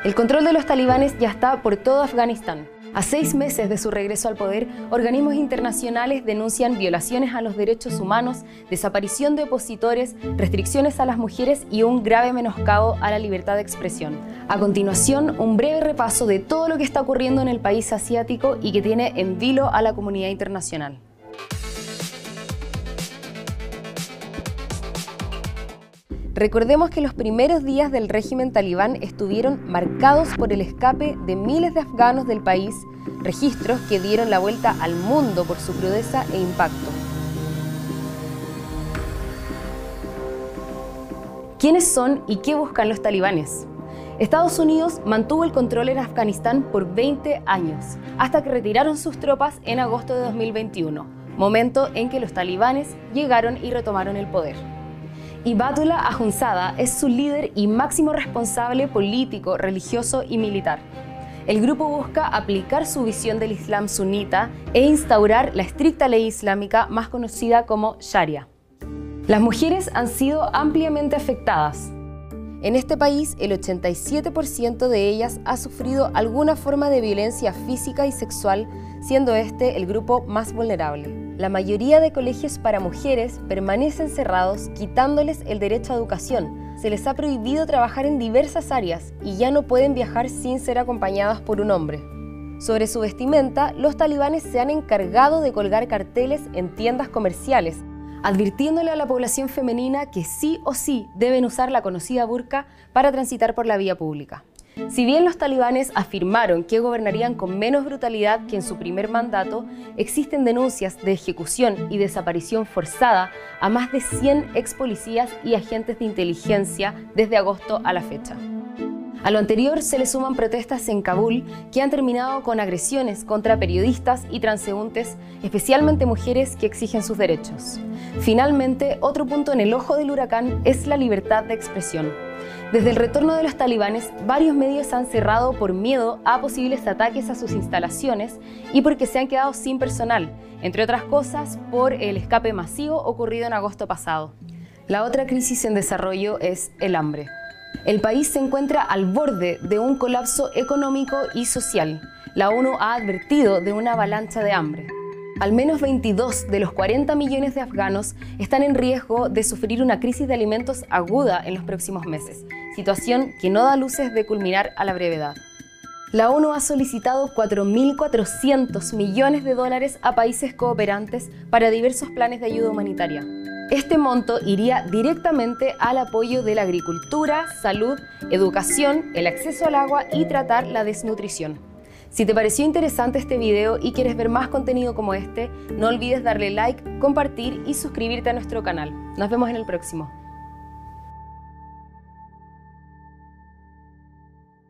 El control de los talibanes ya está por todo Afganistán. A 6 meses de su regreso al poder, organismos internacionales denuncian violaciones a los derechos humanos, desaparición de opositores, restricciones a las mujeres y un grave menoscabo a la libertad de expresión. A continuación, un breve repaso de todo lo que está ocurriendo en el país asiático y que tiene en vilo a la comunidad internacional. Recordemos que los primeros días del régimen talibán estuvieron marcados por el escape de miles de afganos del país, registros que dieron la vuelta al mundo por su crudeza e impacto. ¿Quiénes son y qué buscan los talibanes? Estados Unidos mantuvo el control en Afganistán por 20 años, hasta que retiraron sus tropas en agosto de 2021, momento en que los talibanes llegaron y retomaron el poder. Hibatullah Akhundzada es su líder y máximo responsable político, religioso y militar. El grupo busca aplicar su visión del Islam sunita e instaurar la estricta ley islámica más conocida como Sharia. Las mujeres han sido ampliamente afectadas. En este país, el 87% de ellas ha sufrido alguna forma de violencia física y sexual, siendo este el grupo más vulnerable. La mayoría de colegios para mujeres permanecen cerrados, quitándoles el derecho a educación. Se les ha prohibido trabajar en diversas áreas y ya no pueden viajar sin ser acompañadas por un hombre. Sobre su vestimenta, los talibanes se han encargado de colgar carteles en tiendas comerciales, advirtiéndole a la población femenina que sí o sí deben usar la conocida burka para transitar por la vía pública. Si bien los talibanes afirmaron que gobernarían con menos brutalidad que en su primer mandato, existen denuncias de ejecución y desaparición forzada a más de 100 ex policías y agentes de inteligencia desde agosto a la fecha. A lo anterior se le suman protestas en Kabul que han terminado con agresiones contra periodistas y transeúntes, especialmente mujeres que exigen sus derechos. Finalmente, otro punto en el ojo del huracán es la libertad de expresión. Desde el retorno de los talibanes, varios medios han cerrado por miedo a posibles ataques a sus instalaciones y porque se han quedado sin personal, entre otras cosas por el escape masivo ocurrido en agosto pasado. La otra crisis en desarrollo es el hambre. El país se encuentra al borde de un colapso económico y social. La ONU ha advertido de una avalancha de hambre. Al menos 22 de los 40 millones de afganos están en riesgo de sufrir una crisis de alimentos aguda en los próximos meses, situación que no da luces de culminar a la brevedad. La ONU ha solicitado 4.400 millones de dólares a países cooperantes para diversos planes de ayuda humanitaria. Este monto iría directamente al apoyo de la agricultura, salud, educación, el acceso al agua y tratar la desnutrición. Si te pareció interesante este video y quieres ver más contenido como este, no olvides darle like, compartir y suscribirte a nuestro canal. Nos vemos en el próximo.